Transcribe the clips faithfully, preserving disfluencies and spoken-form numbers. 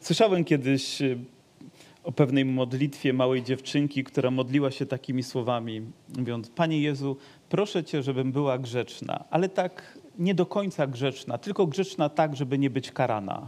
Słyszałem kiedyś o pewnej modlitwie małej dziewczynki, która modliła się takimi słowami, mówiąc: Panie Jezu, proszę Cię, żebym była grzeczna, ale tak nie do końca grzeczna, tylko grzeczna tak, żeby nie być karana.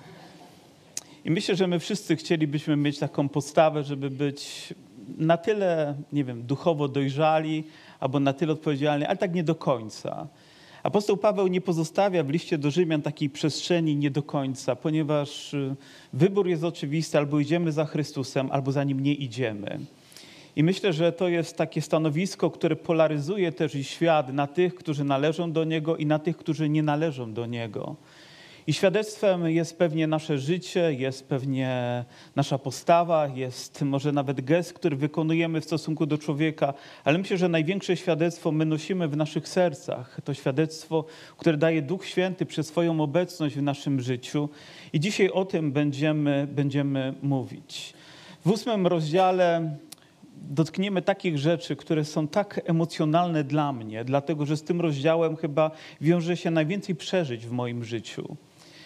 I myślę, że my wszyscy chcielibyśmy mieć taką postawę, żeby być na tyle, nie wiem, duchowo dojrzali albo na tyle odpowiedzialni, ale tak nie do końca. Apostoł Paweł nie pozostawia w liście do Rzymian takiej przestrzeni nie do końca, ponieważ wybór jest oczywisty: albo idziemy za Chrystusem, albo za Nim nie idziemy. I myślę, że to jest takie stanowisko, które polaryzuje też i świat na tych, którzy należą do Niego, i na tych, którzy nie należą do Niego. I świadectwem jest pewnie nasze życie, jest pewnie nasza postawa, jest może nawet gest, który wykonujemy w stosunku do człowieka, ale myślę, że największe świadectwo my nosimy w naszych sercach. To świadectwo, które daje Duch Święty przez swoją obecność w naszym życiu. I dzisiaj o tym będziemy, będziemy mówić. W ósmym rozdziale dotkniemy takich rzeczy, które są tak emocjonalne dla mnie, dlatego że z tym rozdziałem chyba wiąże się najwięcej przeżyć w moim życiu.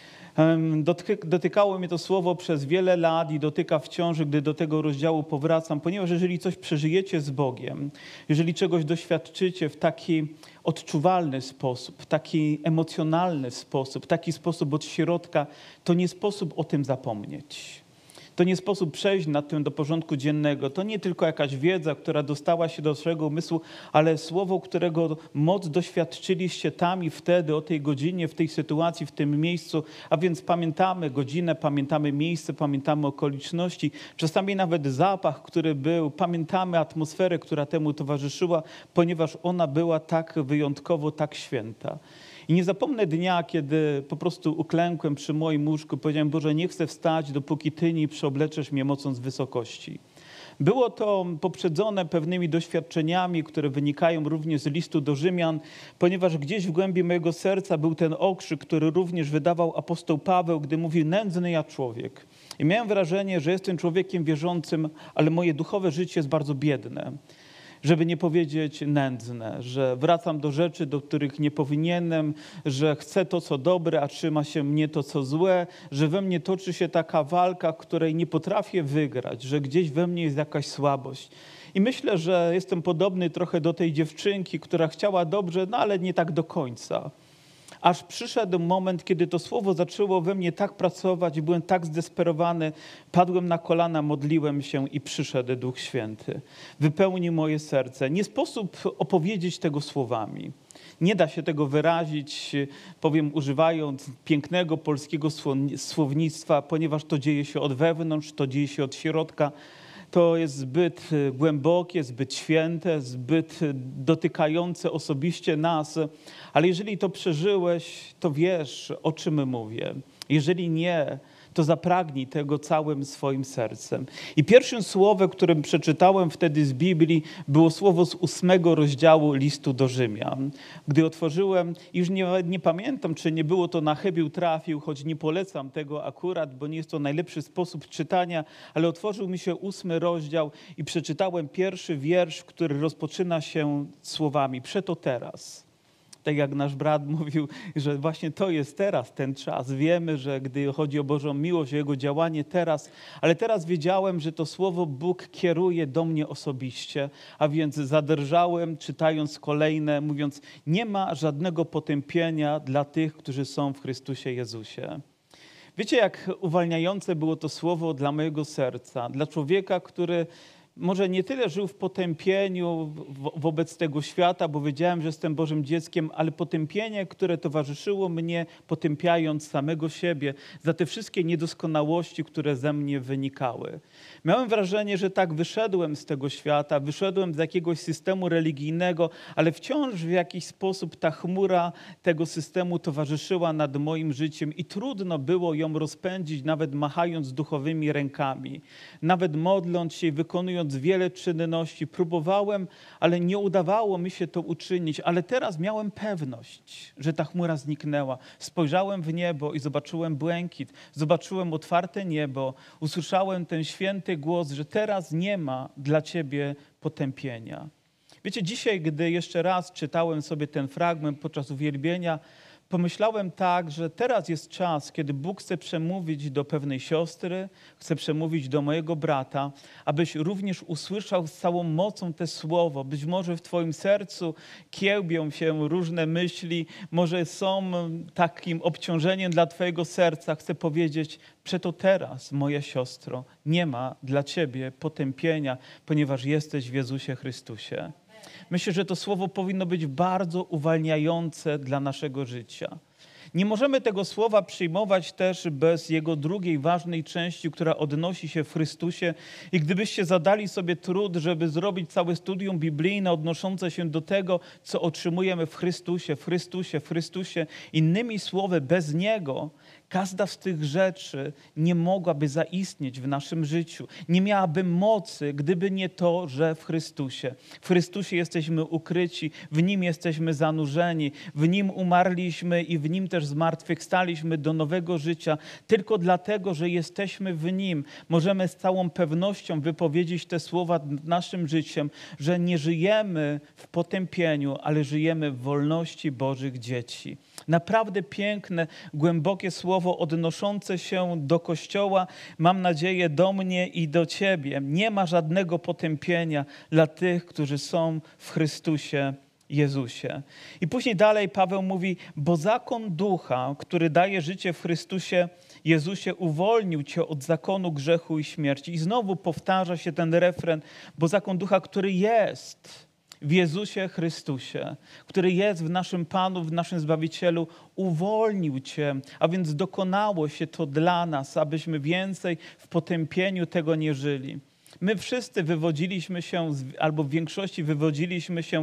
Dotykało mnie to słowo przez wiele lat i dotyka wciąż, gdy do tego rozdziału powracam, ponieważ jeżeli coś przeżyjecie z Bogiem, jeżeli czegoś doświadczycie w taki odczuwalny sposób, taki emocjonalny sposób, taki sposób od środka, to nie sposób o tym zapomnieć. To nie sposób przejść nad tym do porządku dziennego. To nie tylko jakaś wiedza, która dostała się do waszego umysłu, ale słowo, którego moc doświadczyliście tam i wtedy, o tej godzinie, w tej sytuacji, w tym miejscu. A więc pamiętamy godzinę, pamiętamy miejsce, pamiętamy okoliczności. Czasami nawet zapach, który był. Pamiętamy atmosferę, która temu towarzyszyła, ponieważ ona była tak wyjątkowo, tak święta. I nie zapomnę dnia, kiedy po prostu uklękłem przy moim łóżku, powiedziałem: Boże, nie chcę wstać, dopóki Ty nie przeobleczesz mnie mocą z wysokości. Było to poprzedzone pewnymi doświadczeniami, które wynikają również z listu do Rzymian, ponieważ gdzieś w głębi mojego serca był ten okrzyk, który również wydawał apostoł Paweł, gdy mówi: nędzny ja człowiek. I miałem wrażenie, że jestem człowiekiem wierzącym, ale moje duchowe życie jest bardzo biedne. Żeby nie powiedzieć nędzne, że wracam do rzeczy, do których nie powinienem, że chcę to, co dobre, a trzyma się mnie to, co złe, że we mnie toczy się taka walka, której nie potrafię wygrać, że gdzieś we mnie jest jakaś słabość. I myślę, że jestem podobny trochę do tej dziewczynki, która chciała dobrze, no ale nie tak do końca. Aż przyszedł moment, kiedy to słowo zaczęło we mnie tak pracować i byłem tak zdesperowany, padłem na kolana, modliłem się i przyszedł Duch Święty. Wypełnił moje serce. Nie sposób opowiedzieć tego słowami. Nie da się tego wyrazić, powiem, używając pięknego polskiego słownictwa, ponieważ to dzieje się od wewnątrz, to dzieje się od środka. To jest zbyt głębokie, zbyt święte, zbyt dotykające osobiście nas. Ale jeżeli to przeżyłeś, to wiesz, o czym mówię. Jeżeli nie, to zapragnij tego całym swoim sercem. I pierwszym słowem, którym przeczytałem wtedy z Biblii, było słowo z ósmego rozdziału listu do Rzymian. Gdy otworzyłem, już nie, nie pamiętam, czy nie było to na chybił trafił, choć nie polecam tego akurat, bo nie jest to najlepszy sposób czytania, ale otworzył mi się ósmy rozdział i przeczytałem pierwszy wiersz, który rozpoczyna się słowami: przeto teraz. Tak jak nasz brat mówił, że właśnie to jest teraz ten czas. Wiemy, że gdy chodzi o Bożą miłość, o Jego działanie teraz, ale teraz wiedziałem, że to słowo Bóg kieruje do mnie osobiście, a więc zadrżałem, czytając kolejne, mówiąc: nie ma żadnego potępienia dla tych, którzy są w Chrystusie Jezusie. Wiecie, jak uwalniające było to słowo dla mojego serca, dla człowieka, który może nie tyle żył w potępieniu wobec tego świata, bo wiedziałem, że jestem Bożym dzieckiem, ale potępienie, które towarzyszyło mnie, potępiając samego siebie za te wszystkie niedoskonałości, które ze mnie wynikały. Miałem wrażenie, że tak wyszedłem z tego świata, wyszedłem z jakiegoś systemu religijnego, ale wciąż w jakiś sposób ta chmura tego systemu towarzyszyła nad moim życiem i trudno było ją rozpędzić, nawet machając duchowymi rękami, nawet modląc się i wykonując wiele czynności. Próbowałem, ale nie udawało mi się to uczynić, ale teraz miałem pewność, że ta chmura zniknęła. Spojrzałem w niebo i zobaczyłem błękit, zobaczyłem otwarte niebo, usłyszałem ten święty głos, że teraz nie ma dla ciebie potępienia. Wiecie, dzisiaj, gdy jeszcze raz czytałem sobie ten fragment podczas uwielbienia, pomyślałem tak, że teraz jest czas, kiedy Bóg chce przemówić do pewnej siostry, chce przemówić do mojego brata, abyś również usłyszał z całą mocą te słowo. Być może w twoim sercu kiełbią się różne myśli, może są takim obciążeniem dla twojego serca. Chcę powiedzieć, przeto teraz, moja siostro, nie ma dla ciebie potępienia, ponieważ jesteś w Jezusie Chrystusie. Myślę, że to słowo powinno być bardzo uwalniające dla naszego życia. Nie możemy tego słowa przyjmować też bez jego drugiej ważnej części, która odnosi się w Chrystusie. I gdybyście zadali sobie trud, żeby zrobić całe studium biblijne odnoszące się do tego, co otrzymujemy w Chrystusie, w Chrystusie, w Chrystusie, innymi słowy, bez Niego, każda z tych rzeczy nie mogłaby zaistnieć w naszym życiu. Nie miałaby mocy, gdyby nie to, że w Chrystusie. W Chrystusie jesteśmy ukryci, w Nim jesteśmy zanurzeni, w Nim umarliśmy i w Nim też zmartwychwstaliśmy do nowego życia. Tylko dlatego, że jesteśmy w Nim, możemy z całą pewnością wypowiedzieć te słowa naszym życiem, że nie żyjemy w potępieniu, ale żyjemy w wolności Bożych dzieci. Naprawdę piękne, głębokie słowo odnoszące się do Kościoła, mam nadzieję do mnie i do ciebie. Nie ma żadnego potępienia dla tych, którzy są w Chrystusie Jezusie. I później dalej Paweł mówi, bo zakon ducha, który daje życie w Chrystusie Jezusie, uwolnił cię od zakonu grzechu i śmierci. I znowu powtarza się ten refren, bo zakon ducha, który jest w Jezusie Chrystusie, który jest w naszym Panu, w naszym Zbawicielu, uwolnił cię, a więc dokonało się to dla nas, abyśmy więcej w potępieniu tego nie żyli. My wszyscy wywodziliśmy się, albo w większości wywodziliśmy się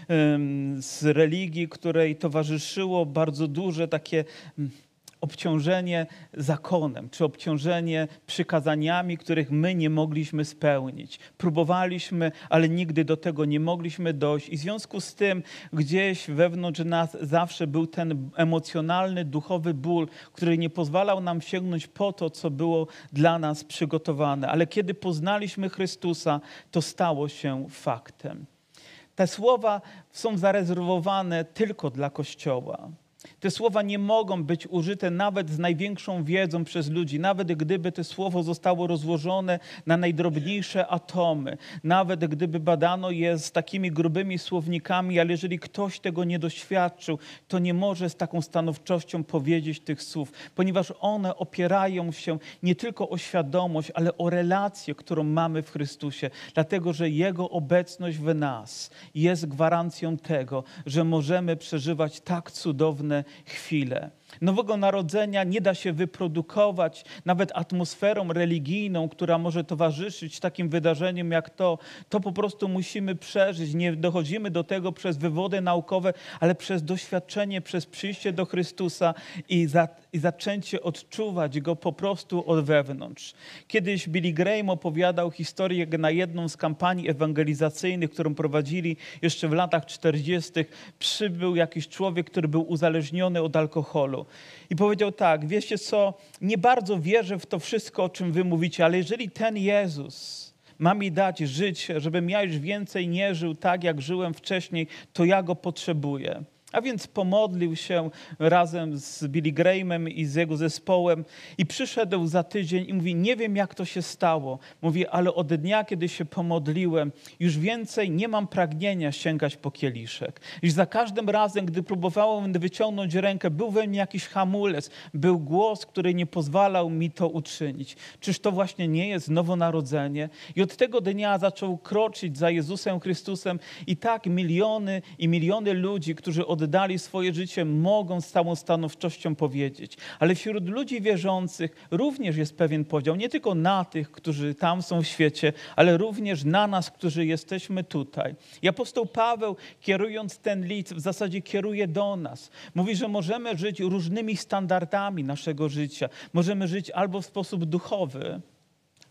um, z religii, której towarzyszyło bardzo duże takie um, obciążenie zakonem, czy obciążenie przykazaniami, których my nie mogliśmy spełnić. Próbowaliśmy, ale nigdy do tego nie mogliśmy dojść i w związku z tym gdzieś wewnątrz nas zawsze był ten emocjonalny, duchowy ból, który nie pozwalał nam sięgnąć po to, co było dla nas przygotowane. Ale kiedy poznaliśmy Chrystusa, to stało się faktem. Te słowa są zarezerwowane tylko dla Kościoła. Te słowa nie mogą być użyte nawet z największą wiedzą przez ludzi, nawet gdyby to słowo zostało rozłożone na najdrobniejsze atomy, nawet gdyby badano je z takimi grubymi słownikami, ale jeżeli ktoś tego nie doświadczył, to nie może z taką stanowczością powiedzieć tych słów, ponieważ one opierają się nie tylko o świadomość, ale o relację, którą mamy w Chrystusie, dlatego że Jego obecność w nas jest gwarancją tego, że możemy przeżywać tak cudowne chwile. Nowego Narodzenia nie da się wyprodukować nawet atmosferą religijną, która może towarzyszyć takim wydarzeniom jak to. To po prostu musimy przeżyć. Nie dochodzimy do tego przez wywody naukowe, ale przez doświadczenie, przez przyjście do Chrystusa i, za, i zaczęcie odczuwać Go po prostu od wewnątrz. Kiedyś Billy Graham opowiadał historię na jedną z kampanii ewangelizacyjnych, którą prowadzili jeszcze w latach czterdziestych. Przybył jakiś człowiek, który był uzależniony od alkoholu. I powiedział tak, wiecie co, nie bardzo wierzę w to wszystko, o czym wy mówicie, ale jeżeli ten Jezus ma mi dać życie, żebym ja już więcej nie żył tak, jak żyłem wcześniej, to ja Go potrzebuję. A więc pomodlił się razem z Billy Grahamem i z jego zespołem i przyszedł za tydzień i mówi, nie wiem jak to się stało. Mówi, ale od dnia, kiedy się pomodliłem, już więcej nie mam pragnienia sięgać po kieliszek. Już za każdym razem, gdy próbowałem wyciągnąć rękę, był we mnie jakiś hamulec, był głos, który nie pozwalał mi to uczynić. Czyż to właśnie nie jest nowonarodzenie? I od tego dnia zaczął kroczyć za Jezusem Chrystusem i tak miliony i miliony ludzi, którzy oddali swoje życie, mogą z całą stanowczością powiedzieć. Ale wśród ludzi wierzących również jest pewien podział, nie tylko na tych, którzy tam są w świecie, ale również na nas, którzy jesteśmy tutaj. I apostoł Paweł, kierując ten list, w zasadzie kieruje do nas. Mówi, że możemy żyć różnymi standardami naszego życia. Możemy żyć albo w sposób duchowy,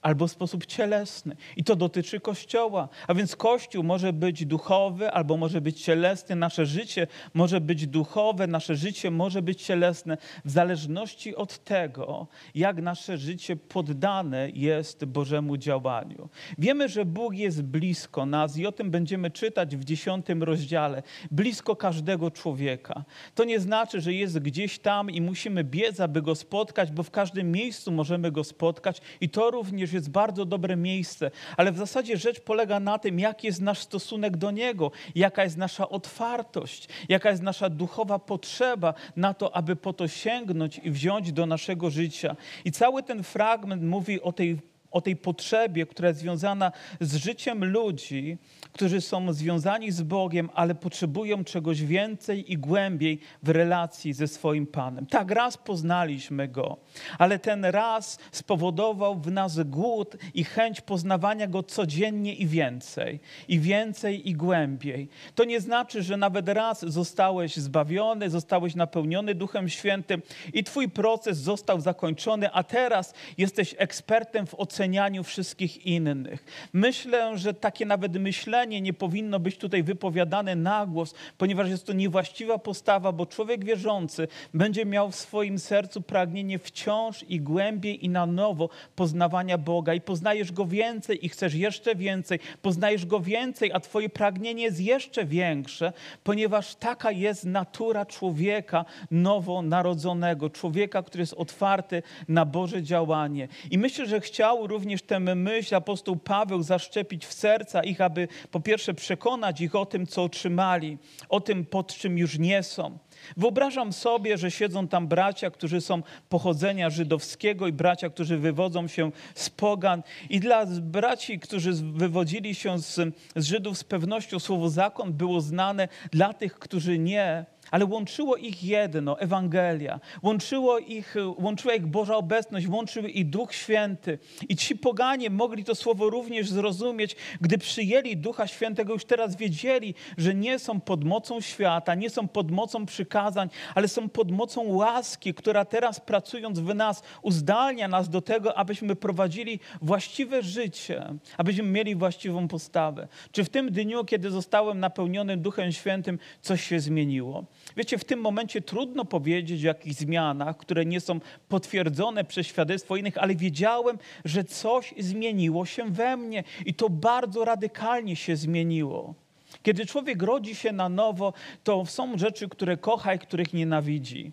albo w sposób cielesny. I to dotyczy Kościoła. A więc Kościół może być duchowy, albo może być cielesny. Nasze życie może być duchowe, nasze życie może być cielesne, w zależności od tego, jak nasze życie poddane jest Bożemu działaniu. Wiemy, że Bóg jest blisko nas i o tym będziemy czytać w dziesiątym rozdziale. Blisko każdego człowieka. To nie znaczy, że jest gdzieś tam i musimy biec, aby Go spotkać, bo w każdym miejscu możemy Go spotkać i to również jest bardzo dobre miejsce. Ale w zasadzie rzecz polega na tym, jaki jest nasz stosunek do Niego, jaka jest nasza otwartość, jaka jest nasza duchowa potrzeba na to, aby po to sięgnąć i wziąć do naszego życia. I cały ten fragment mówi o tej o tej potrzebie, która jest związana z życiem ludzi, którzy są związani z Bogiem, ale potrzebują czegoś więcej i głębiej w relacji ze swoim Panem. Tak, raz poznaliśmy Go, ale ten raz spowodował w nas głód i chęć poznawania Go codziennie i więcej, i więcej i głębiej. To nie znaczy, że nawet raz zostałeś zbawiony, zostałeś napełniony Duchem Świętym i twój proces został zakończony, a teraz jesteś ekspertem w ocenianiu wszystkich innych. Myślę, że takie nawet myślenie nie powinno być tutaj wypowiadane na głos, ponieważ jest to niewłaściwa postawa, bo człowiek wierzący będzie miał w swoim sercu pragnienie wciąż i głębiej i na nowo poznawania Boga i poznajesz Go więcej i chcesz jeszcze więcej, poznajesz Go więcej, a twoje pragnienie jest jeszcze większe, ponieważ taka jest natura człowieka nowonarodzonego, człowieka, który jest otwarty na Boże działanie. I myślę, że chciał również tę myśl apostoł Paweł zaszczepić w serca ich, aby po pierwsze przekonać ich o tym, co otrzymali, o tym, pod czym już nie są. Wyobrażam sobie, że siedzą tam bracia, którzy są pochodzenia żydowskiego i bracia, którzy wywodzą się z pogan. I dla braci, którzy wywodzili się z, z Żydów, z pewnością słowo zakon było znane, dla tych, którzy nie. Ale łączyło ich jedno, Ewangelia. Łączyło ich, łączyła ich Boża obecność, łączył ich Duch Święty. I ci poganie mogli to słowo również zrozumieć, gdy przyjęli Ducha Świętego, już teraz wiedzieli, że nie są pod mocą świata, nie są pod mocą przykazań, ale są pod mocą łaski, która teraz pracując w nas uzdalnia nas do tego, abyśmy prowadzili właściwe życie, abyśmy mieli właściwą postawę. Czy w tym dniu, kiedy zostałem napełniony Duchem Świętym, coś się zmieniło? Wiecie, w tym momencie trudno powiedzieć o jakichś zmianach, które nie są potwierdzone przez świadectwo innych, ale wiedziałem, że coś zmieniło się we mnie i to bardzo radykalnie się zmieniło. Kiedy człowiek rodzi się na nowo, to są rzeczy, które kocha i których nienawidzi.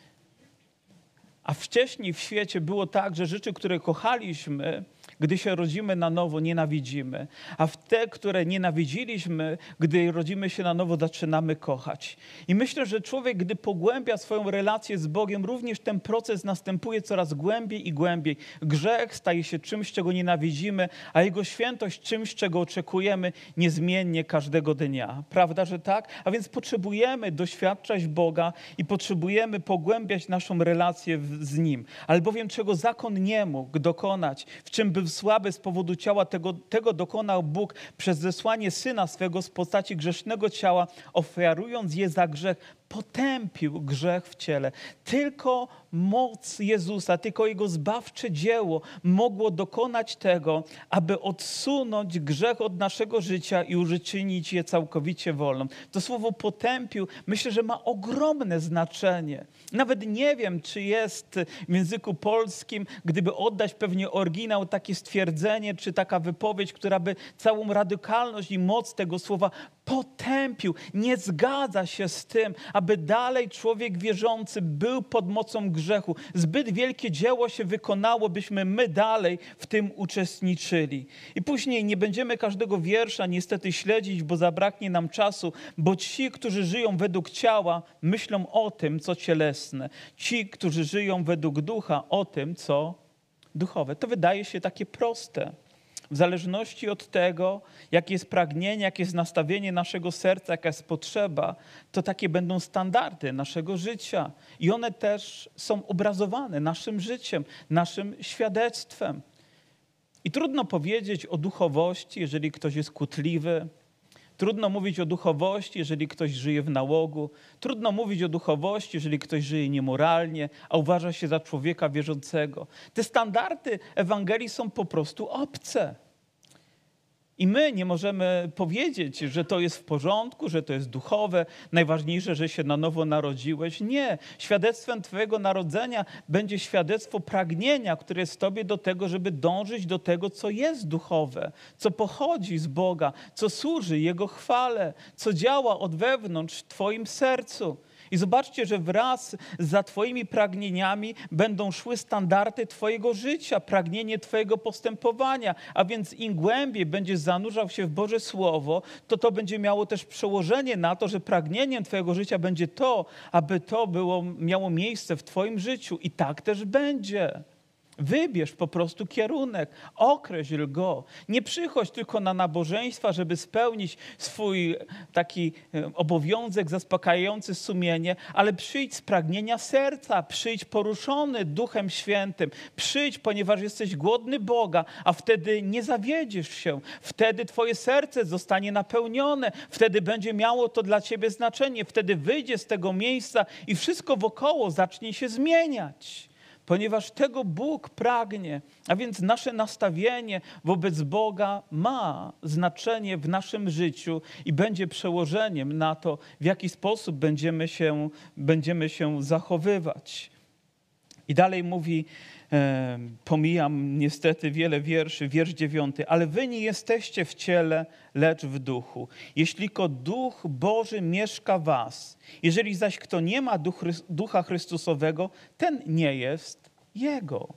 A wcześniej w świecie było tak, że rzeczy, które kochaliśmy, gdy się rodzimy na nowo, nienawidzimy. A w te, które nienawidziliśmy, gdy rodzimy się na nowo, zaczynamy kochać. I myślę, że człowiek, gdy pogłębia swoją relację z Bogiem, również ten proces następuje coraz głębiej i głębiej. Grzech staje się czymś, czego nienawidzimy, a Jego świętość czymś, czego oczekujemy niezmiennie każdego dnia. Prawda, że tak? A więc potrzebujemy doświadczać Boga i potrzebujemy pogłębiać naszą relację z Nim. Albowiem czego zakon nie mógł dokonać, w czym był słaby z powodu ciała, tego, tego dokonał Bóg przez zesłanie Syna swego z postaci grzesznego ciała, ofiarując je za grzech, potępił grzech w ciele. Tylko moc Jezusa, tylko Jego zbawcze dzieło mogło dokonać tego, aby odsunąć grzech od naszego życia i uczynić je całkowicie wolną. To słowo potępił, myślę, że ma ogromne znaczenie. Nawet nie wiem, czy jest w języku polskim, gdyby oddać pewnie oryginał, takie stwierdzenie, czy taka wypowiedź, która by całą radykalność i moc tego słowa potępił. Nie zgadza się z tym, aby dalej człowiek wierzący był pod mocą grzechu. Zbyt wielkie dzieło się wykonało, byśmy my dalej w tym uczestniczyli. I później nie będziemy każdego wiersza niestety śledzić, bo zabraknie nam czasu, bo ci, którzy żyją według ciała, myślą o tym, co cielesne. Ci, którzy żyją według ducha, o tym, co duchowe. To wydaje się takie proste. W zależności od tego, jakie jest pragnienie, jakie jest nastawienie naszego serca, jaka jest potrzeba, to takie będą standardy naszego życia. I one też są obrazowane naszym życiem, naszym świadectwem. I trudno powiedzieć o duchowości, jeżeli ktoś jest kłótliwy, Trudno mówić o duchowości, jeżeli ktoś żyje w nałogu. Trudno mówić o duchowości, jeżeli ktoś żyje niemoralnie, a uważa się za człowieka wierzącego. Te standardy Ewangelii są po prostu obce. I my nie możemy powiedzieć, że to jest w porządku, że to jest duchowe, najważniejsze, że się na nowo narodziłeś. Nie. Świadectwem twojego narodzenia będzie świadectwo pragnienia, które jest w tobie do tego, żeby dążyć do tego, co jest duchowe, co pochodzi z Boga, co służy Jego chwale, co działa od wewnątrz w twoim sercu. I zobaczcie, że wraz za twoimi pragnieniami będą szły standardy twojego życia, pragnienie twojego postępowania. A więc im głębiej będziesz zanurzał się w Boże Słowo, to to będzie miało też przełożenie na to, że pragnieniem twojego życia będzie to, aby to było, miało miejsce w twoim życiu. I tak też będzie. Wybierz po prostu kierunek, określ go. Nie przychodź tylko na nabożeństwa, żeby spełnić swój taki obowiązek zaspokajający sumienie, ale przyjdź z pragnienia serca, przyjdź poruszony Duchem Świętym. Przyjdź, ponieważ jesteś głodny Boga, a wtedy nie zawiedziesz się. Wtedy twoje serce zostanie napełnione. Wtedy będzie miało to dla ciebie znaczenie. Wtedy wyjdzie z tego miejsca i wszystko wokoło zacznie się zmieniać. Ponieważ tego Bóg pragnie, a więc nasze nastawienie wobec Boga ma znaczenie w naszym życiu i będzie przełożeniem na to, w jaki sposób będziemy się, będziemy się zachowywać. I dalej mówi, e, pomijam niestety wiele wierszy, wiersz dziewiąty, ale wy nie jesteście w ciele, lecz w duchu. Jeśli tylko Duch Boży mieszka w was, jeżeli zaś kto nie ma duch, Ducha Chrystusowego, ten nie jest Jego.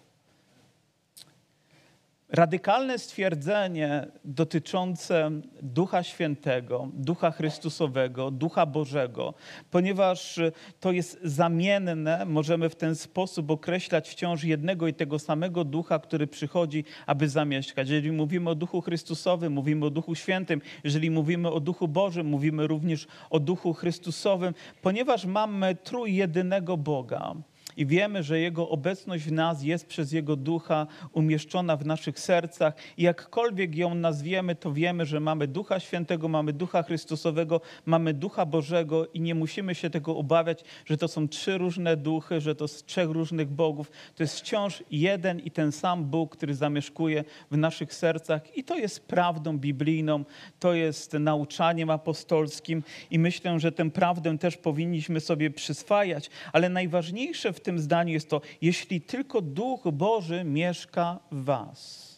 Radykalne stwierdzenie dotyczące Ducha Świętego, Ducha Chrystusowego, Ducha Bożego, ponieważ to jest zamienne, możemy w ten sposób określać wciąż jednego i tego samego Ducha, który przychodzi, aby zamieszkać. Jeżeli mówimy o Duchu Chrystusowym, mówimy o Duchu Świętym. Jeżeli mówimy o Duchu Bożym, mówimy również o Duchu Chrystusowym, ponieważ mamy trójjedynego Boga. I wiemy, że Jego obecność w nas jest przez Jego Ducha umieszczona w naszych sercach. I jakkolwiek ją nazwiemy, to wiemy, że mamy Ducha Świętego, mamy Ducha Chrystusowego, mamy Ducha Bożego i nie musimy się tego obawiać, że to są trzy różne duchy, że to z trzech różnych bogów. To jest wciąż jeden i ten sam Bóg, który zamieszkuje w naszych sercach. I to jest prawdą biblijną, to jest nauczaniem apostolskim i myślę, że tę prawdę też powinniśmy sobie przyswajać. Ale najważniejsze w tym zdaniu jest to, jeśli tylko Duch Boży mieszka w was.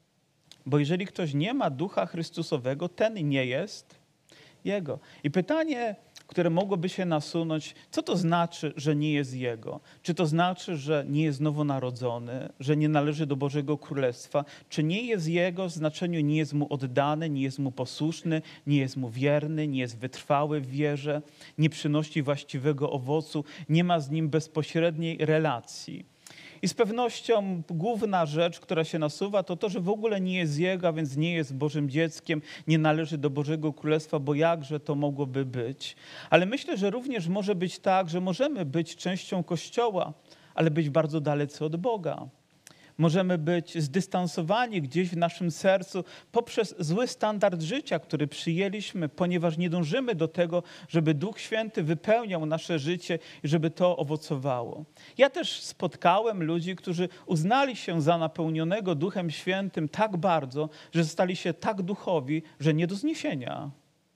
Bo jeżeli ktoś nie ma Ducha Chrystusowego, ten nie jest Jego. I pytanie, które mogłoby się nasunąć, co to znaczy, że nie jest Jego? Czy to znaczy, że nie jest nowonarodzony, że nie należy do Bożego Królestwa? Czy nie jest Jego w znaczeniu, nie jest Mu oddany, nie jest Mu posłuszny, nie jest Mu wierny, nie jest wytrwały w wierze, nie przynosi właściwego owocu, nie ma z Nim bezpośredniej relacji? I z pewnością główna rzecz, która się nasuwa, to to, że w ogóle nie jest Jego, a więc nie jest Bożym dzieckiem, nie należy do Bożego Królestwa, bo jakże to mogłoby być. Ale myślę, że również może być tak, że możemy być częścią Kościoła, ale być bardzo dalecy od Boga. Możemy być zdystansowani gdzieś w naszym sercu poprzez zły standard życia, który przyjęliśmy, ponieważ nie dążymy do tego, żeby Duch Święty wypełniał nasze życie i żeby to owocowało. Ja też spotkałem ludzi, którzy uznali się za napełnionego Duchem Świętym tak bardzo, że stali się tak duchowi, że nie do zniesienia.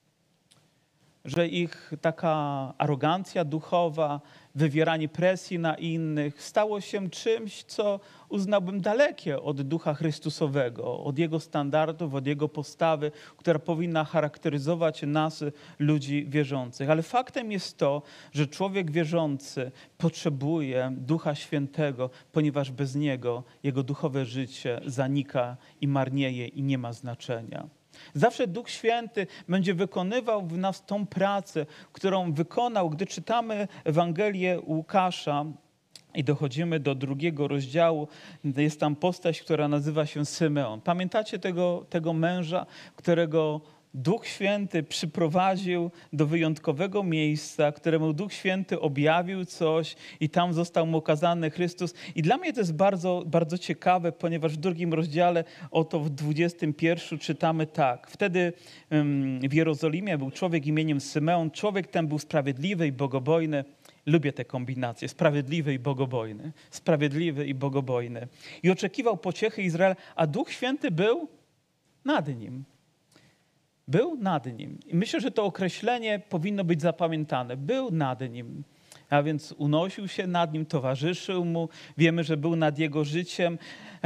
Że ich taka arogancja duchowa, wywieranie presji na innych stało się czymś, co uznałbym dalekie od Ducha Chrystusowego, od Jego standardów, od Jego postawy, która powinna charakteryzować nas, ludzi wierzących. Ale faktem jest to, że człowiek wierzący potrzebuje Ducha Świętego, ponieważ bez Niego jego duchowe życie zanika i marnieje i nie ma znaczenia. Zawsze Duch Święty będzie wykonywał w nas tą pracę, którą wykonał, gdy czytamy Ewangelię Łukasza i dochodzimy do drugiego rozdziału. Jest tam postać, która nazywa się Symeon. Pamiętacie tego, tego męża, którego Duch Święty przyprowadził do wyjątkowego miejsca, któremu Duch Święty objawił coś i tam został mu okazany Chrystus. I dla mnie to jest bardzo, bardzo ciekawe, ponieważ w drugim rozdziale, oto w dwudziestym pierwszym czytamy tak. Wtedy um, w Jerozolimie był człowiek imieniem Symeon. Człowiek ten był sprawiedliwy i bogobojny. Lubię te kombinacje. Sprawiedliwy i bogobojny. Sprawiedliwy i bogobojny. I oczekiwał pociechy Izraela, a Duch Święty był nad nim. Był nad nim. I myślę, że to określenie powinno być zapamiętane. Był nad nim. A więc unosił się nad nim, towarzyszył mu. Wiemy, że był nad jego życiem.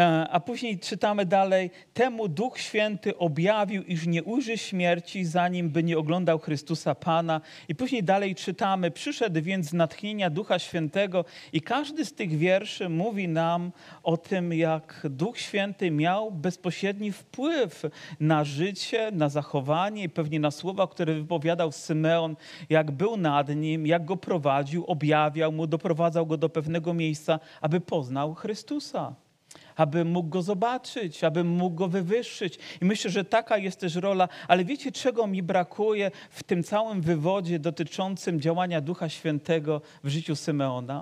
A później czytamy dalej. Temu Duch Święty objawił, iż nie ujrzy śmierci, zanim by nie oglądał Chrystusa Pana. I później dalej czytamy. Przyszedł więc z natchnienia Ducha Świętego i każdy z tych wierszy mówi nam o tym, jak Duch Święty miał bezpośredni wpływ na życie, na zachowanie i pewnie na słowa, które wypowiadał Symeon, jak był nad nim, jak go prowadził, objawiał mu, doprowadzał go do pewnego miejsca, aby poznał Chrystusa. Aby mógł go zobaczyć, aby mógł go wywyższyć. I myślę, że taka jest też rola. Ale wiecie, czego mi brakuje w tym całym wywodzie dotyczącym działania Ducha Świętego w życiu Symeona?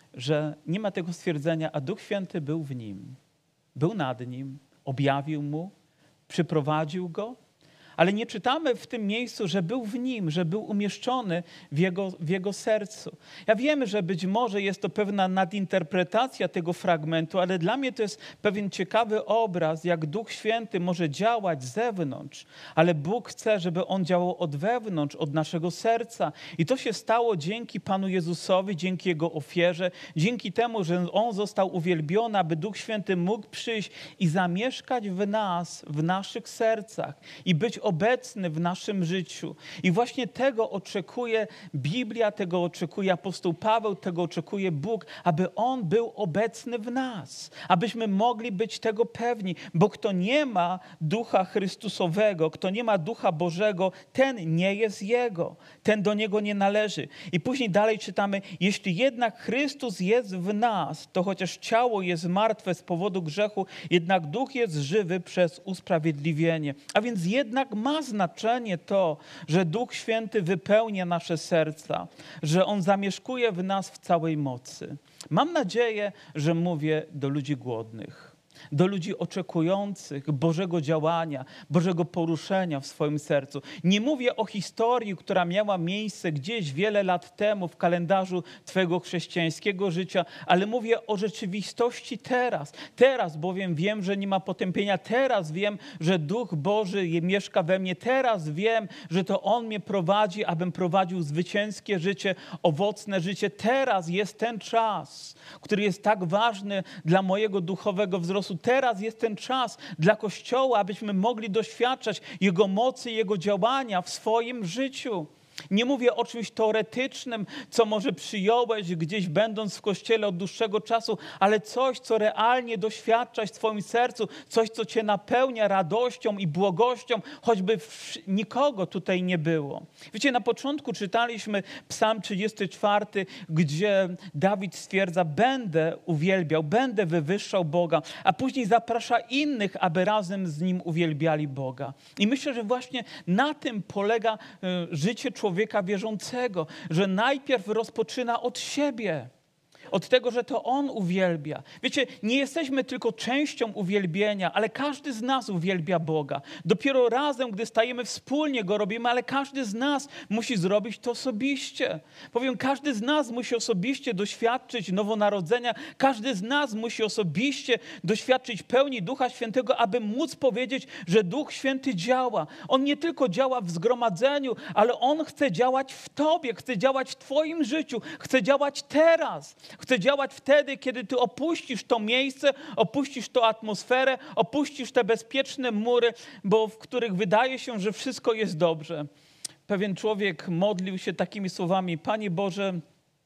Że nie ma tego stwierdzenia, a Duch Święty był w nim. Był nad nim, objawił mu, przyprowadził go. Ale nie czytamy w tym miejscu, że był w nim, że był umieszczony w jego, w jego sercu. Ja wiem, że być może jest to pewna nadinterpretacja tego fragmentu, ale dla mnie to jest pewien ciekawy obraz, jak Duch Święty może działać z zewnątrz, ale Bóg chce, żeby On działał od wewnątrz, od naszego serca. I to się stało dzięki Panu Jezusowi, dzięki Jego ofierze, dzięki temu, że On został uwielbiony, aby Duch Święty mógł przyjść i zamieszkać w nas, w naszych sercach i być obecny w naszym życiu. I właśnie tego oczekuje Biblia, tego oczekuje apostoł Paweł, tego oczekuje Bóg, aby On był obecny w nas, abyśmy mogli być tego pewni, bo kto nie ma Ducha Chrystusowego, kto nie ma Ducha Bożego, ten nie jest Jego, ten do Niego nie należy. I później dalej czytamy, jeśli jednak Chrystus jest w nas, to chociaż ciało jest martwe z powodu grzechu, jednak Duch jest żywy przez usprawiedliwienie. A więc jednak ma znaczenie to, że Duch Święty wypełnia nasze serca, że On zamieszkuje w nas w całej mocy. Mam nadzieję, że mówię do ludzi głodnych, do ludzi oczekujących Bożego działania, Bożego poruszenia w swoim sercu. Nie mówię o historii, która miała miejsce gdzieś wiele lat temu w kalendarzu Twojego chrześcijańskiego życia, ale mówię o rzeczywistości teraz. Teraz bowiem wiem, że nie ma potępienia. Teraz wiem, że Duch Boży mieszka we mnie. Teraz wiem, że to On mnie prowadzi, abym prowadził zwycięskie życie, owocne życie. Teraz jest ten czas, który jest tak ważny dla mojego duchowego wzrostu. Teraz jest ten czas dla Kościoła, abyśmy mogli doświadczać Jego mocy, Jego działania w swoim życiu. Nie mówię o czymś teoretycznym, co może przyjąłeś gdzieś będąc w Kościele od dłuższego czasu, ale coś, co realnie doświadczasz w swoim sercu, coś, co cię napełnia radością i błogością, choćby nikogo tutaj nie było. Wiecie, na początku czytaliśmy Psalm trzydziesty czwarty, gdzie Dawid stwierdza, będę uwielbiał, będę wywyższał Boga, a później zaprasza innych, aby razem z Nim uwielbiali Boga. I myślę, że właśnie na tym polega życie człowieka, człowieka wierzącego, że najpierw rozpoczyna od siebie, od tego, że to On uwielbia. Wiecie, nie jesteśmy tylko częścią uwielbienia, ale każdy z nas uwielbia Boga. Dopiero razem, gdy stajemy wspólnie Go robimy, ale każdy z nas musi zrobić to osobiście. Powiem, każdy z nas musi osobiście doświadczyć nowonarodzenia, każdy z nas musi osobiście doświadczyć pełni Ducha Świętego, aby móc powiedzieć, że Duch Święty działa. On nie tylko działa w zgromadzeniu, ale On chce działać w Tobie, chce działać w Twoim życiu, chce działać teraz. Chce działać wtedy, kiedy ty opuścisz to miejsce, opuścisz tę atmosferę, opuścisz te bezpieczne mury, bo w których wydaje się, że wszystko jest dobrze. Pewien człowiek modlił się takimi słowami: Panie Boże,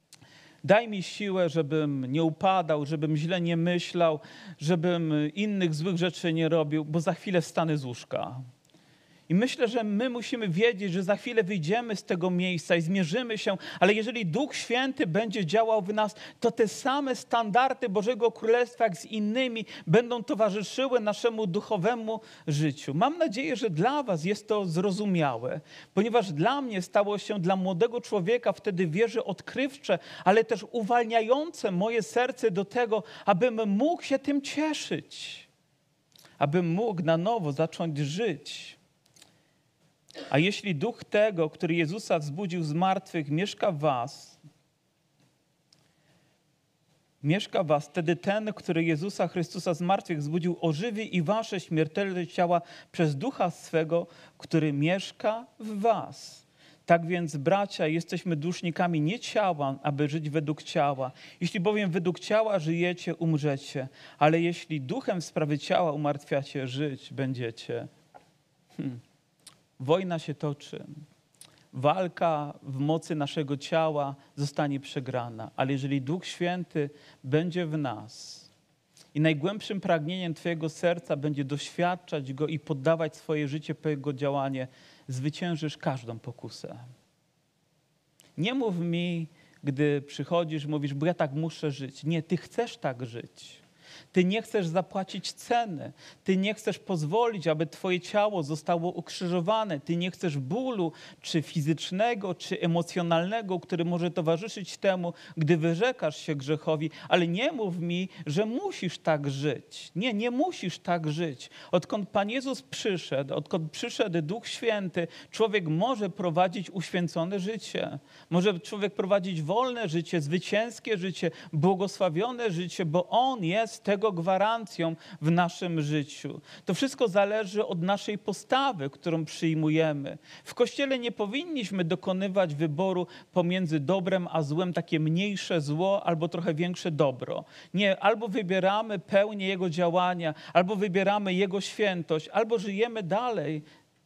daj mi siłę, żebym nie upadał, żebym źle nie myślał, żebym innych złych rzeczy nie robił, bo za chwilę wstanę z łóżka. I myślę, że my musimy wiedzieć, że za chwilę wyjdziemy z tego miejsca i zmierzymy się, ale jeżeli Duch Święty będzie działał w nas, to te same standardy Bożego Królestwa jak z innymi będą towarzyszyły naszemu duchowemu życiu. Mam nadzieję, że dla was jest to zrozumiałe, ponieważ dla mnie stało się, dla młodego człowieka wtedy wieży odkrywcze, ale też uwalniające moje serce do tego, abym mógł się tym cieszyć, abym mógł na nowo zacząć żyć. A jeśli duch tego, który Jezusa wzbudził z martwych, mieszka w was, mieszka w was, wtedy ten, który Jezusa Chrystusa z martwych wzbudził, ożywi i wasze śmiertelne ciała przez ducha swego, który mieszka w was. Tak więc, bracia, jesteśmy dłużnikami nie ciała, aby żyć według ciała. Jeśli bowiem według ciała żyjecie, umrzecie. Ale jeśli duchem w sprawie ciała umartwiacie, żyć będziecie. Hmm. Wojna się toczy. Walka w mocy naszego ciała zostanie przegrana. Ale jeżeli Duch Święty będzie w nas i najgłębszym pragnieniem twojego serca będzie doświadczać Go i poddawać swoje życie po Jego działanie, zwyciężysz każdą pokusę. Nie mów mi, gdy przychodzisz, mówisz, bo ja tak muszę żyć. Nie, ty chcesz tak żyć. Ty nie chcesz zapłacić ceny. Ty nie chcesz pozwolić, aby twoje ciało zostało ukrzyżowane. Ty nie chcesz bólu, czy fizycznego, czy emocjonalnego, który może towarzyszyć temu, gdy wyrzekasz się grzechowi. Ale nie mów mi, że musisz tak żyć. Nie, nie musisz tak żyć. Odkąd Pan Jezus przyszedł, odkąd przyszedł Duch Święty, człowiek może prowadzić uświęcone życie. Może człowiek prowadzić wolne życie, zwycięskie życie, błogosławione życie, bo On jest tego gwarancją w naszym życiu. To wszystko zależy od naszej postawy, którą przyjmujemy. W Kościele nie powinniśmy dokonywać wyboru pomiędzy dobrem a złem, takie mniejsze zło albo trochę większe dobro. Nie, albo wybieramy pełnię Jego działania, albo wybieramy Jego świętość, albo żyjemy dalej,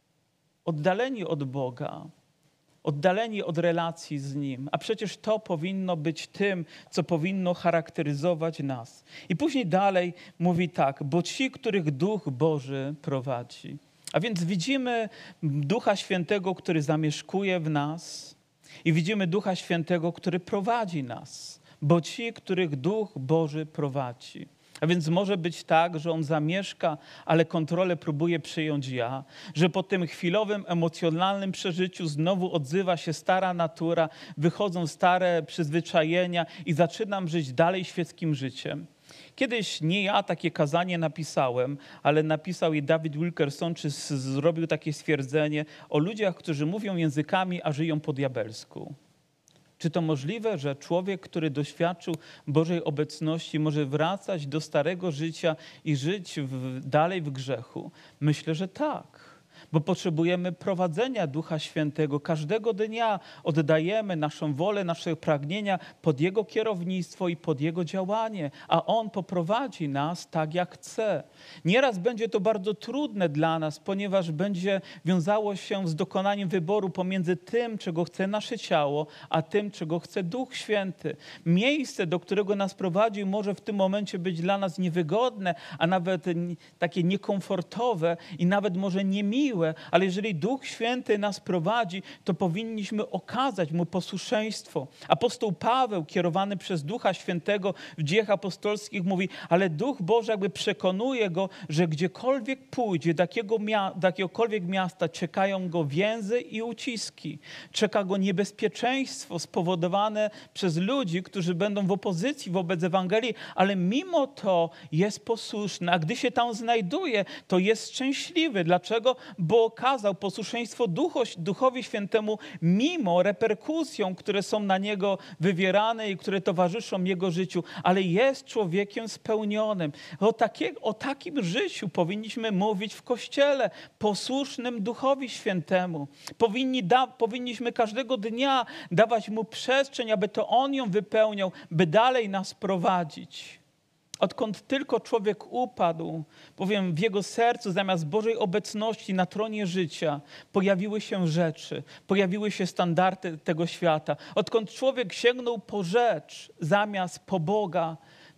oddaleni od Boga. Oddaleni od relacji z Nim. A przecież to powinno być tym, co powinno charakteryzować nas. I później dalej mówi tak, bo ci, których Duch Boży prowadzi. A więc widzimy Ducha Świętego, który zamieszkuje w nas i widzimy Ducha Świętego, który prowadzi nas. Bo ci, których Duch Boży prowadzi. A więc może być tak, że on zamieszka, ale kontrolę próbuje przejąć ja, że po tym chwilowym, emocjonalnym przeżyciu znowu odzywa się stara natura, wychodzą stare przyzwyczajenia i zaczynam żyć dalej świeckim życiem. Kiedyś nie ja takie kazanie napisałem, ale napisał je David Wilkerson, czy zrobił takie stwierdzenie o ludziach, którzy mówią językami, a żyją po diabelsku. Czy to możliwe, że człowiek, który doświadczył Bożej obecności, może wracać do starego życia i żyć w, dalej w grzechu? Myślę, że tak. Bo potrzebujemy prowadzenia Ducha Świętego. Każdego dnia oddajemy naszą wolę, nasze pragnienia pod Jego kierownictwo i pod Jego działanie, a On poprowadzi nas tak, jak chce. Nieraz będzie to bardzo trudne dla nas, ponieważ będzie wiązało się z dokonaniem wyboru pomiędzy tym, czego chce nasze ciało, a tym, czego chce Duch Święty. Miejsce, do którego nas prowadzi, może w tym momencie być dla nas niewygodne, a nawet takie niekomfortowe i nawet może niemiłe, ale jeżeli Duch Święty nas prowadzi, to powinniśmy okazać Mu posłuszeństwo. Apostoł Paweł, kierowany przez Ducha Świętego w Dziejach Apostolskich mówi, ale Duch Boży jakby przekonuje go, że gdziekolwiek pójdzie, do, jakiego mia- do jakiegokolwiek miasta, czekają go więzy i uciski. Czeka go niebezpieczeństwo spowodowane przez ludzi, którzy będą w opozycji wobec Ewangelii, ale mimo to jest posłuszny, a gdy się tam znajduje, to jest szczęśliwy. Dlaczego? Bo okazał posłuszeństwo Duchu, Duchowi Świętemu mimo reperkusjom, które są na niego wywierane i które towarzyszą jego życiu, ale jest człowiekiem spełnionym. O, takie, o takim życiu powinniśmy mówić w Kościele, posłusznym Duchowi Świętemu. Powinni da, powinniśmy każdego dnia dawać Mu przestrzeń, aby to On ją wypełniał, by dalej nas prowadzić. Odkąd tylko człowiek upadł, bowiem w jego sercu zamiast Bożej obecności na tronie życia pojawiły się rzeczy, pojawiły się standardy tego świata. Odkąd człowiek sięgnął po rzecz zamiast po Boga,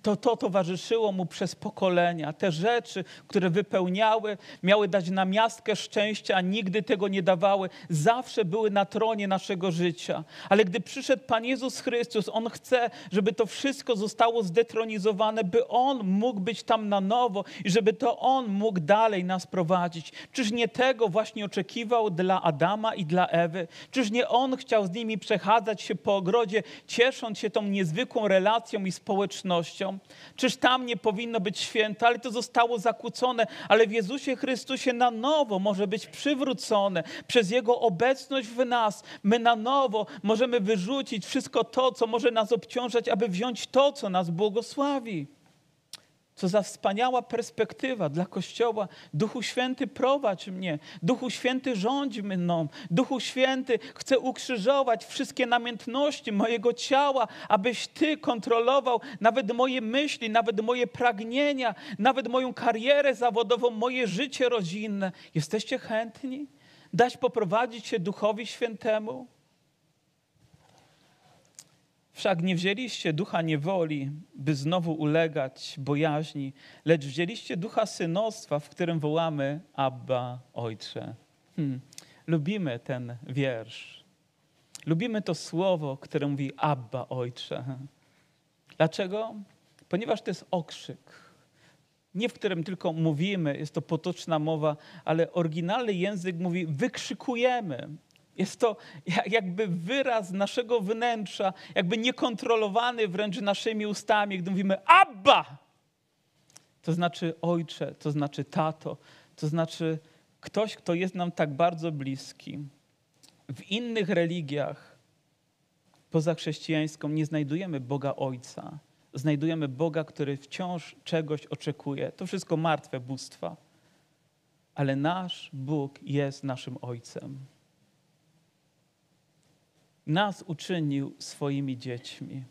To to towarzyszyło mu przez pokolenia. Te rzeczy, które wypełniały, miały dać namiastkę szczęścia, a nigdy tego nie dawały. Zawsze były na tronie naszego życia. Ale gdy przyszedł Pan Jezus Chrystus, On chce, żeby to wszystko zostało zdetronizowane, by On mógł być tam na nowo i żeby to On mógł dalej nas prowadzić. Czyż nie tego właśnie oczekiwał dla Adama i dla Ewy? Czyż nie On chciał z nimi przechadzać się po ogrodzie, ciesząc się tą niezwykłą relacją i społecznością? Czyż tam nie powinno być święto, ale to zostało zakłócone, ale w Jezusie Chrystusie na nowo może być przywrócone przez Jego obecność w nas. My na nowo możemy wyrzucić wszystko to, co może nas obciążać, aby wziąć to, co nas błogosławi. Co za wspaniała perspektywa dla Kościoła. Duchu Święty, prowadź mnie. Duchu Święty, rządź mną. Duchu Święty, chcę ukrzyżować wszystkie namiętności mojego ciała, abyś Ty kontrolował nawet moje myśli, nawet moje pragnienia, nawet moją karierę zawodową, moje życie rodzinne. Jesteście chętni dać poprowadzić się Duchowi Świętemu? Wszak nie wzięliście ducha niewoli, by znowu ulegać bojaźni, lecz wzięliście ducha synostwa, w którym wołamy Abba, Ojcze. Hmm. Lubimy ten wiersz. Lubimy to słowo, które mówi Abba, Ojcze. Dlaczego? Ponieważ to jest okrzyk. Nie w którym tylko mówimy, jest to potoczna mowa, ale oryginalny język mówi wykrzykujemy. Jest to jakby wyraz naszego wnętrza, jakby niekontrolowany wręcz naszymi ustami, gdy mówimy Abba! To znaczy ojcze, to znaczy tato, to znaczy ktoś, kto jest nam tak bardzo bliski. W innych religiach poza chrześcijańską nie znajdujemy Boga Ojca. Znajdujemy Boga, który wciąż czegoś oczekuje. To wszystko martwe bóstwa. Ale nasz Bóg jest naszym Ojcem. Nas uczynił swoimi dziećmi.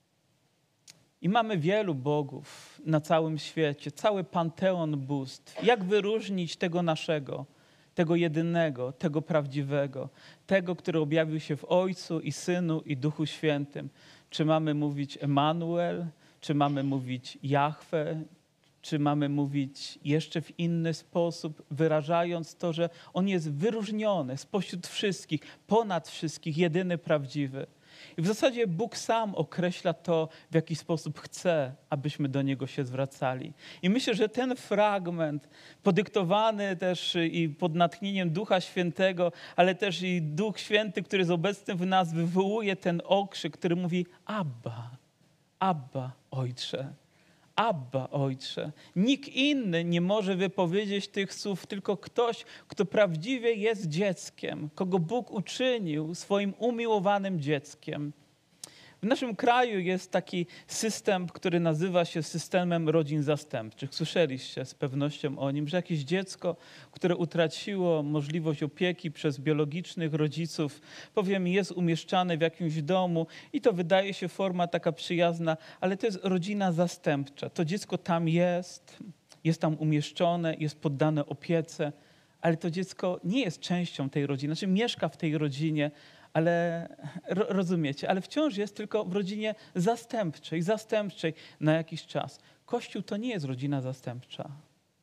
I mamy wielu bogów na całym świecie, cały panteon bóstw. Jak wyróżnić tego naszego, tego jedynego, tego prawdziwego, tego, który objawił się w Ojcu i Synu i Duchu Świętym? Czy mamy mówić Emanuel, czy mamy mówić Jahwe, czy mamy mówić jeszcze w inny sposób, wyrażając to, że On jest wyróżniony spośród wszystkich, ponad wszystkich, jedyny prawdziwy. I w zasadzie Bóg sam określa to, w jaki sposób chce, abyśmy do Niego się zwracali. I myślę, że ten fragment, podyktowany też i pod natchnieniem Ducha Świętego, ale też i Duch Święty, który jest obecny w nas, wywołuje ten okrzyk, który mówi Abba, Abba, Ojcze. Abba, Ojcze. Nikt inny nie może wypowiedzieć tych słów, tylko ktoś, kto prawdziwie jest dzieckiem, kogo Bóg uczynił swoim umiłowanym dzieckiem. W naszym kraju jest taki system, który nazywa się systemem rodzin zastępczych. Słyszeliście z pewnością o nim, że jakieś dziecko, które utraciło możliwość opieki przez biologicznych rodziców, powiem, jest umieszczane w jakimś domu i to wydaje się forma taka przyjazna, ale to jest rodzina zastępcza. To dziecko tam jest, jest tam umieszczone, jest poddane opiece, ale to dziecko nie jest częścią tej rodziny, znaczy mieszka w tej rodzinie, ale ro, rozumiecie, ale wciąż jest tylko w rodzinie zastępczej, zastępczej na jakiś czas. Kościół to nie jest rodzina zastępcza.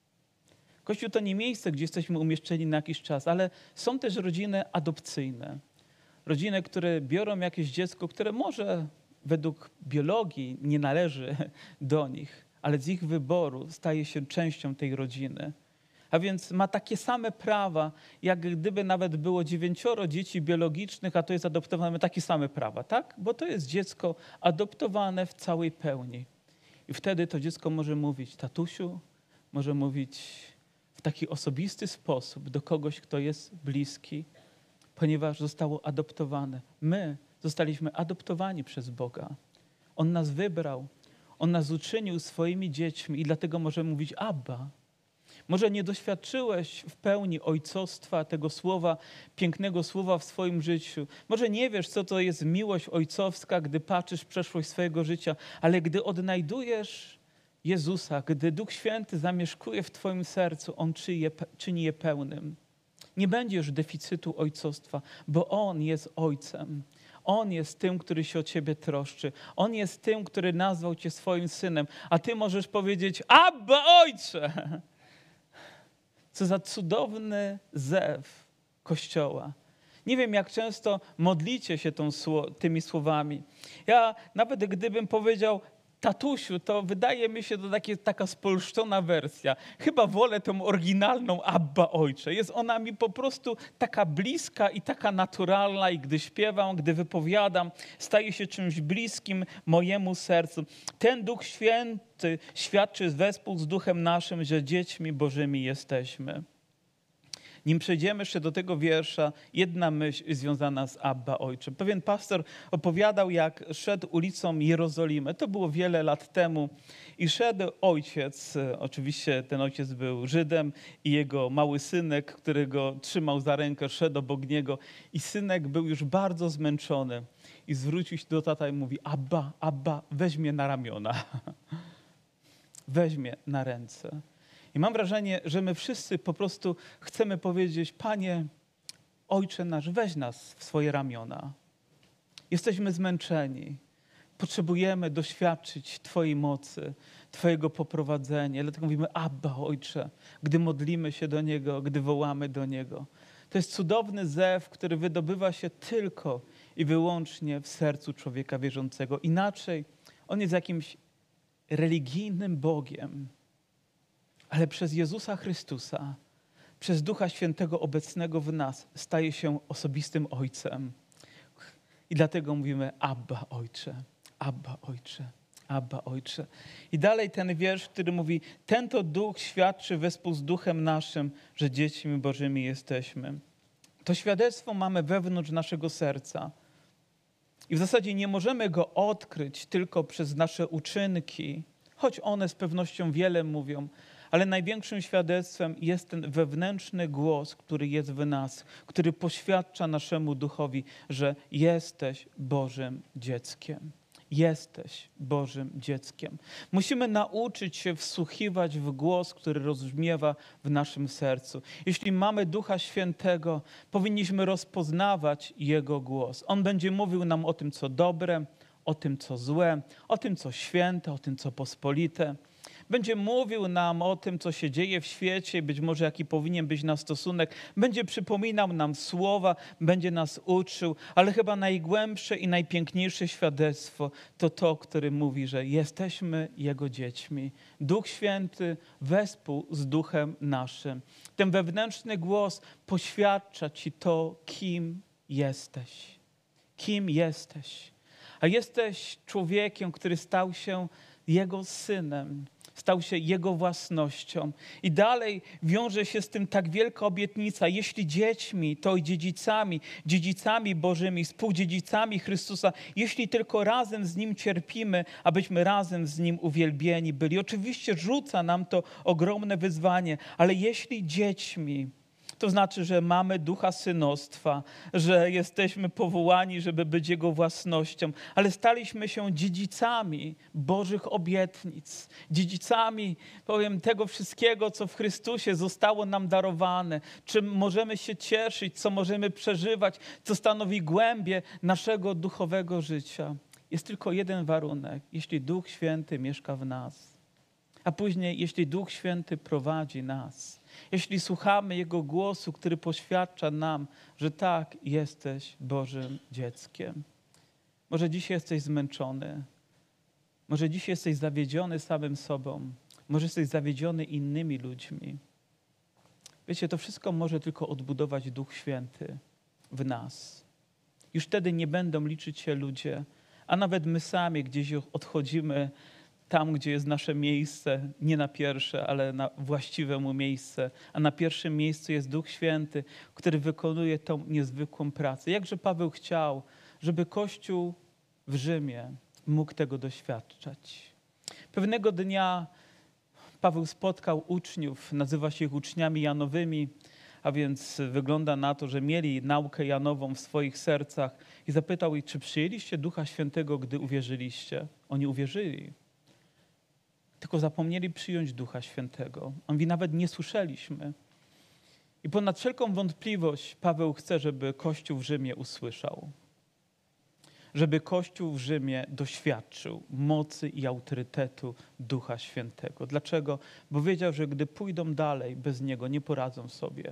Kościół to nie miejsce, gdzie jesteśmy umieszczeni na jakiś czas, ale są też rodziny adopcyjne. Rodziny, które biorą jakieś dziecko, które może według biologii nie należy do nich, ale z ich wyboru staje się częścią tej rodziny. A więc ma takie same prawa, jak gdyby nawet było dziewięcioro dzieci biologicznych, a to jest adoptowane, mamy takie same prawa, tak? Bo to jest dziecko adoptowane w całej pełni. I wtedy to dziecko może mówić tatusiu, może mówić w taki osobisty sposób do kogoś, kto jest bliski, ponieważ zostało adoptowane. My zostaliśmy adoptowani przez Boga. On nas wybrał, On nas uczynił swoimi dziećmi i dlatego możemy mówić Abba. Może nie doświadczyłeś w pełni ojcostwa, tego słowa, pięknego słowa w swoim życiu. Może nie wiesz, co to jest miłość ojcowska, gdy patrzysz w przeszłość swojego życia, ale gdy odnajdujesz Jezusa, gdy Duch Święty zamieszkuje w twoim sercu, On czyni je pełnym. Nie będzie już deficytu ojcostwa, bo On jest Ojcem. On jest tym, który się o ciebie troszczy. On jest tym, który nazwał cię swoim synem. A ty możesz powiedzieć, Abba, Ojcze! Co za cudowny zew Kościoła. Nie wiem, jak często modlicie się tą, tymi słowami. Ja nawet gdybym powiedział tatusiu, to wydaje mi się to takie, taka spolszczona wersja. Chyba wolę tą oryginalną Abba Ojcze. Jest ona mi po prostu taka bliska i taka naturalna i gdy śpiewam, gdy wypowiadam, staje się czymś bliskim mojemu sercu. Ten Duch Święty świadczy wespół z Duchem naszym, że dziećmi Bożymi jesteśmy. Nim przejdziemy jeszcze do tego wiersza, jedna myśl związana z Abba Ojcze. Pewien pastor opowiadał, jak szedł ulicą Jerozolimy. To było wiele lat temu. I szedł ojciec, oczywiście ten ojciec był Żydem i jego mały synek, który go trzymał za rękę, szedł obok niego. I synek był już bardzo zmęczony. I zwrócił się do tata i mówi, Abba, Abba, weź mnie na ramiona. Weź mnie na ręce. I mam wrażenie, że my wszyscy po prostu chcemy powiedzieć, Panie, Ojcze nasz, weź nas w swoje ramiona. Jesteśmy zmęczeni. Potrzebujemy doświadczyć Twojej mocy, Twojego poprowadzenia. Dlatego mówimy, Abba, Ojcze, gdy modlimy się do Niego, gdy wołamy do Niego. To jest cudowny zew, który wydobywa się tylko i wyłącznie w sercu człowieka wierzącego. Inaczej on jest jakimś religijnym Bogiem. Ale przez Jezusa Chrystusa, przez Ducha Świętego obecnego w nas, staje się osobistym Ojcem. I dlatego mówimy Abba Ojcze, Abba Ojcze, Abba Ojcze. I dalej ten wiersz, który mówi, ten to Duch świadczy wespół z Duchem naszym, że dziećmi Bożymi jesteśmy. To świadectwo mamy wewnątrz naszego serca. I w zasadzie nie możemy go odkryć tylko przez nasze uczynki, choć one z pewnością wiele mówią, ale największym świadectwem jest ten wewnętrzny głos, który jest w nas, który poświadcza naszemu duchowi, że jesteś Bożym dzieckiem. Jesteś Bożym dzieckiem. Musimy nauczyć się wsłuchiwać w głos, który rozbrzmiewa w naszym sercu. Jeśli mamy Ducha Świętego, powinniśmy rozpoznawać Jego głos. On będzie mówił nam o tym, co dobre, o tym, co złe, o tym, co święte, o tym, co pospolite. Będzie mówił nam o tym, co się dzieje w świecie, być może jaki powinien być nasz stosunek. Będzie przypominał nam słowa, będzie nas uczył, ale chyba najgłębsze i najpiękniejsze świadectwo to to, które mówi, że jesteśmy Jego dziećmi. Duch Święty wespół z Duchem naszym. Ten wewnętrzny głos poświadcza Ci to, kim jesteś. Kim jesteś. A jesteś człowiekiem, który stał się Jego synem. Stał się Jego własnością. I dalej wiąże się z tym tak wielka obietnica. Jeśli dziećmi, to i dziedzicami, dziedzicami Bożymi, współdziedzicami Chrystusa, jeśli tylko razem z Nim cierpimy, abyśmy razem z Nim uwielbieni byli. Oczywiście rzuca nam to ogromne wyzwanie, ale jeśli dziećmi, to znaczy, że mamy ducha synostwa, że jesteśmy powołani, żeby być Jego własnością, ale staliśmy się dziedzicami Bożych obietnic, dziedzicami, powiem, tego wszystkiego, co w Chrystusie zostało nam darowane, czym możemy się cieszyć, co możemy przeżywać, co stanowi głębię naszego duchowego życia. Jest tylko jeden warunek, jeśli Duch Święty mieszka w nas, a później, jeśli Duch Święty prowadzi nas. Jeśli słuchamy Jego głosu, który poświadcza nam, że tak, jesteś Bożym dzieckiem. Może dzisiaj jesteś zmęczony. Może dzisiaj jesteś zawiedziony samym sobą. Może jesteś zawiedziony innymi ludźmi. Wiecie, to wszystko może tylko odbudować Duch Święty w nas. Już wtedy nie będą liczyć się ludzie, a nawet my sami gdzieś odchodzimy tam, gdzie jest nasze miejsce, nie na pierwsze, ale na właściwe mu miejsce. A na pierwszym miejscu jest Duch Święty, który wykonuje tą niezwykłą pracę. Jakże Paweł chciał, żeby Kościół w Rzymie mógł tego doświadczać. Pewnego dnia Paweł spotkał uczniów, nazywa się ich uczniami Janowymi, a więc wygląda na to, że mieli naukę Janową w swoich sercach i zapytał ich, czy przyjęliście Ducha Świętego, gdy uwierzyliście? Oni uwierzyli. Tylko zapomnieli przyjąć Ducha Świętego. On mówi, nawet nie słyszeliśmy. I ponad wszelką wątpliwość Paweł chce, żeby Kościół w Rzymie usłyszał. żeby Kościół w Rzymie doświadczył mocy i autorytetu Ducha Świętego. Dlaczego? Bo wiedział, że gdy pójdą dalej, bez Niego nie poradzą sobie.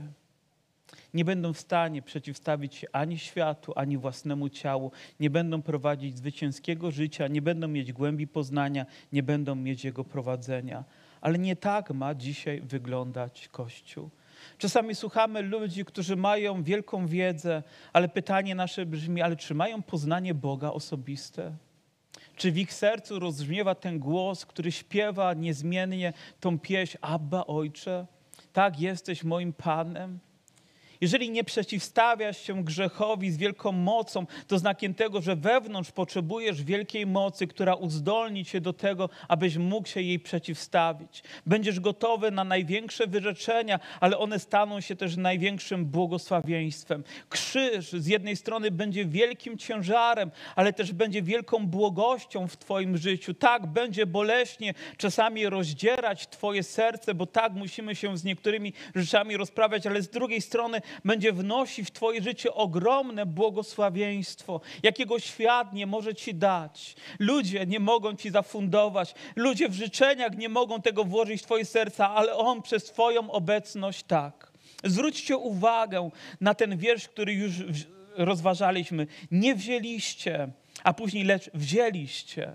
Nie będą w stanie przeciwstawić się ani światu, ani własnemu ciału. Nie będą prowadzić zwycięskiego życia, nie będą mieć głębi poznania, nie będą mieć Jego prowadzenia. Ale nie tak ma dzisiaj wyglądać Kościół. Czasami słuchamy ludzi, którzy mają wielką wiedzę, ale pytanie nasze brzmi, ale czy mają poznanie Boga osobiste? Czy w ich sercu rozbrzmiewa ten głos, który śpiewa niezmiennie tą pieśń Abba, Ojcze? Tak, jesteś moim Panem. Jeżeli nie przeciwstawiasz się grzechowi z wielką mocą, to znakiem tego, że wewnątrz potrzebujesz wielkiej mocy, która uzdolni cię do tego, abyś mógł się jej przeciwstawić. Będziesz gotowy na największe wyrzeczenia, ale one staną się też największym błogosławieństwem. Krzyż z jednej strony będzie wielkim ciężarem, ale też będzie wielką błogością w twoim życiu. Tak, będzie boleśnie czasami rozdzierać twoje serce, bo tak musimy się z niektórymi rzeczami rozprawiać, ale z drugiej strony będzie wnosić w twoje życie ogromne błogosławieństwo, jakiego świat nie może ci dać. Ludzie nie mogą ci zafundować, ludzie w życzeniach nie mogą tego włożyć w twoje serca, ale On przez twoją obecność tak. Zwróćcie uwagę na ten wiersz, który już rozważaliśmy. Nie wzięliście, a później lecz wzięliście.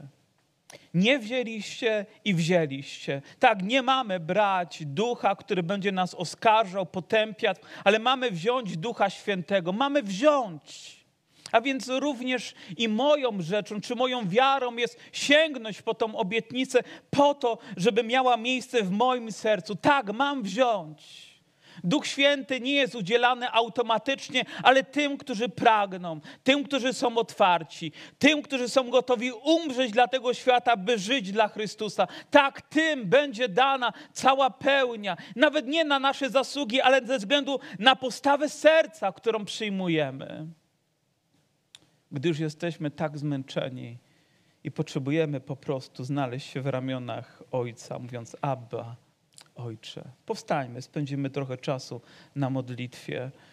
Nie wzięliście i wzięliście. Tak, nie mamy brać ducha, który będzie nas oskarżał, potępiać, ale mamy wziąć Ducha Świętego. Mamy wziąć. A więc również i moją rzeczą, czy moją wiarą jest sięgnąć po tą obietnicę po to, żeby miała miejsce w moim sercu. Tak, mam wziąć. Duch Święty nie jest udzielany automatycznie, ale tym, którzy pragną, tym, którzy są otwarci, tym, którzy są gotowi umrzeć dla tego świata, by żyć dla Chrystusa. Tak, tym będzie dana cała pełnia. Nawet nie na nasze zasługi, ale ze względu na postawę serca, którą przyjmujemy. Gdy już jesteśmy tak zmęczeni i potrzebujemy po prostu znaleźć się w ramionach Ojca, mówiąc Abba, Ojcze. Powstańmy, spędzimy trochę czasu na modlitwie.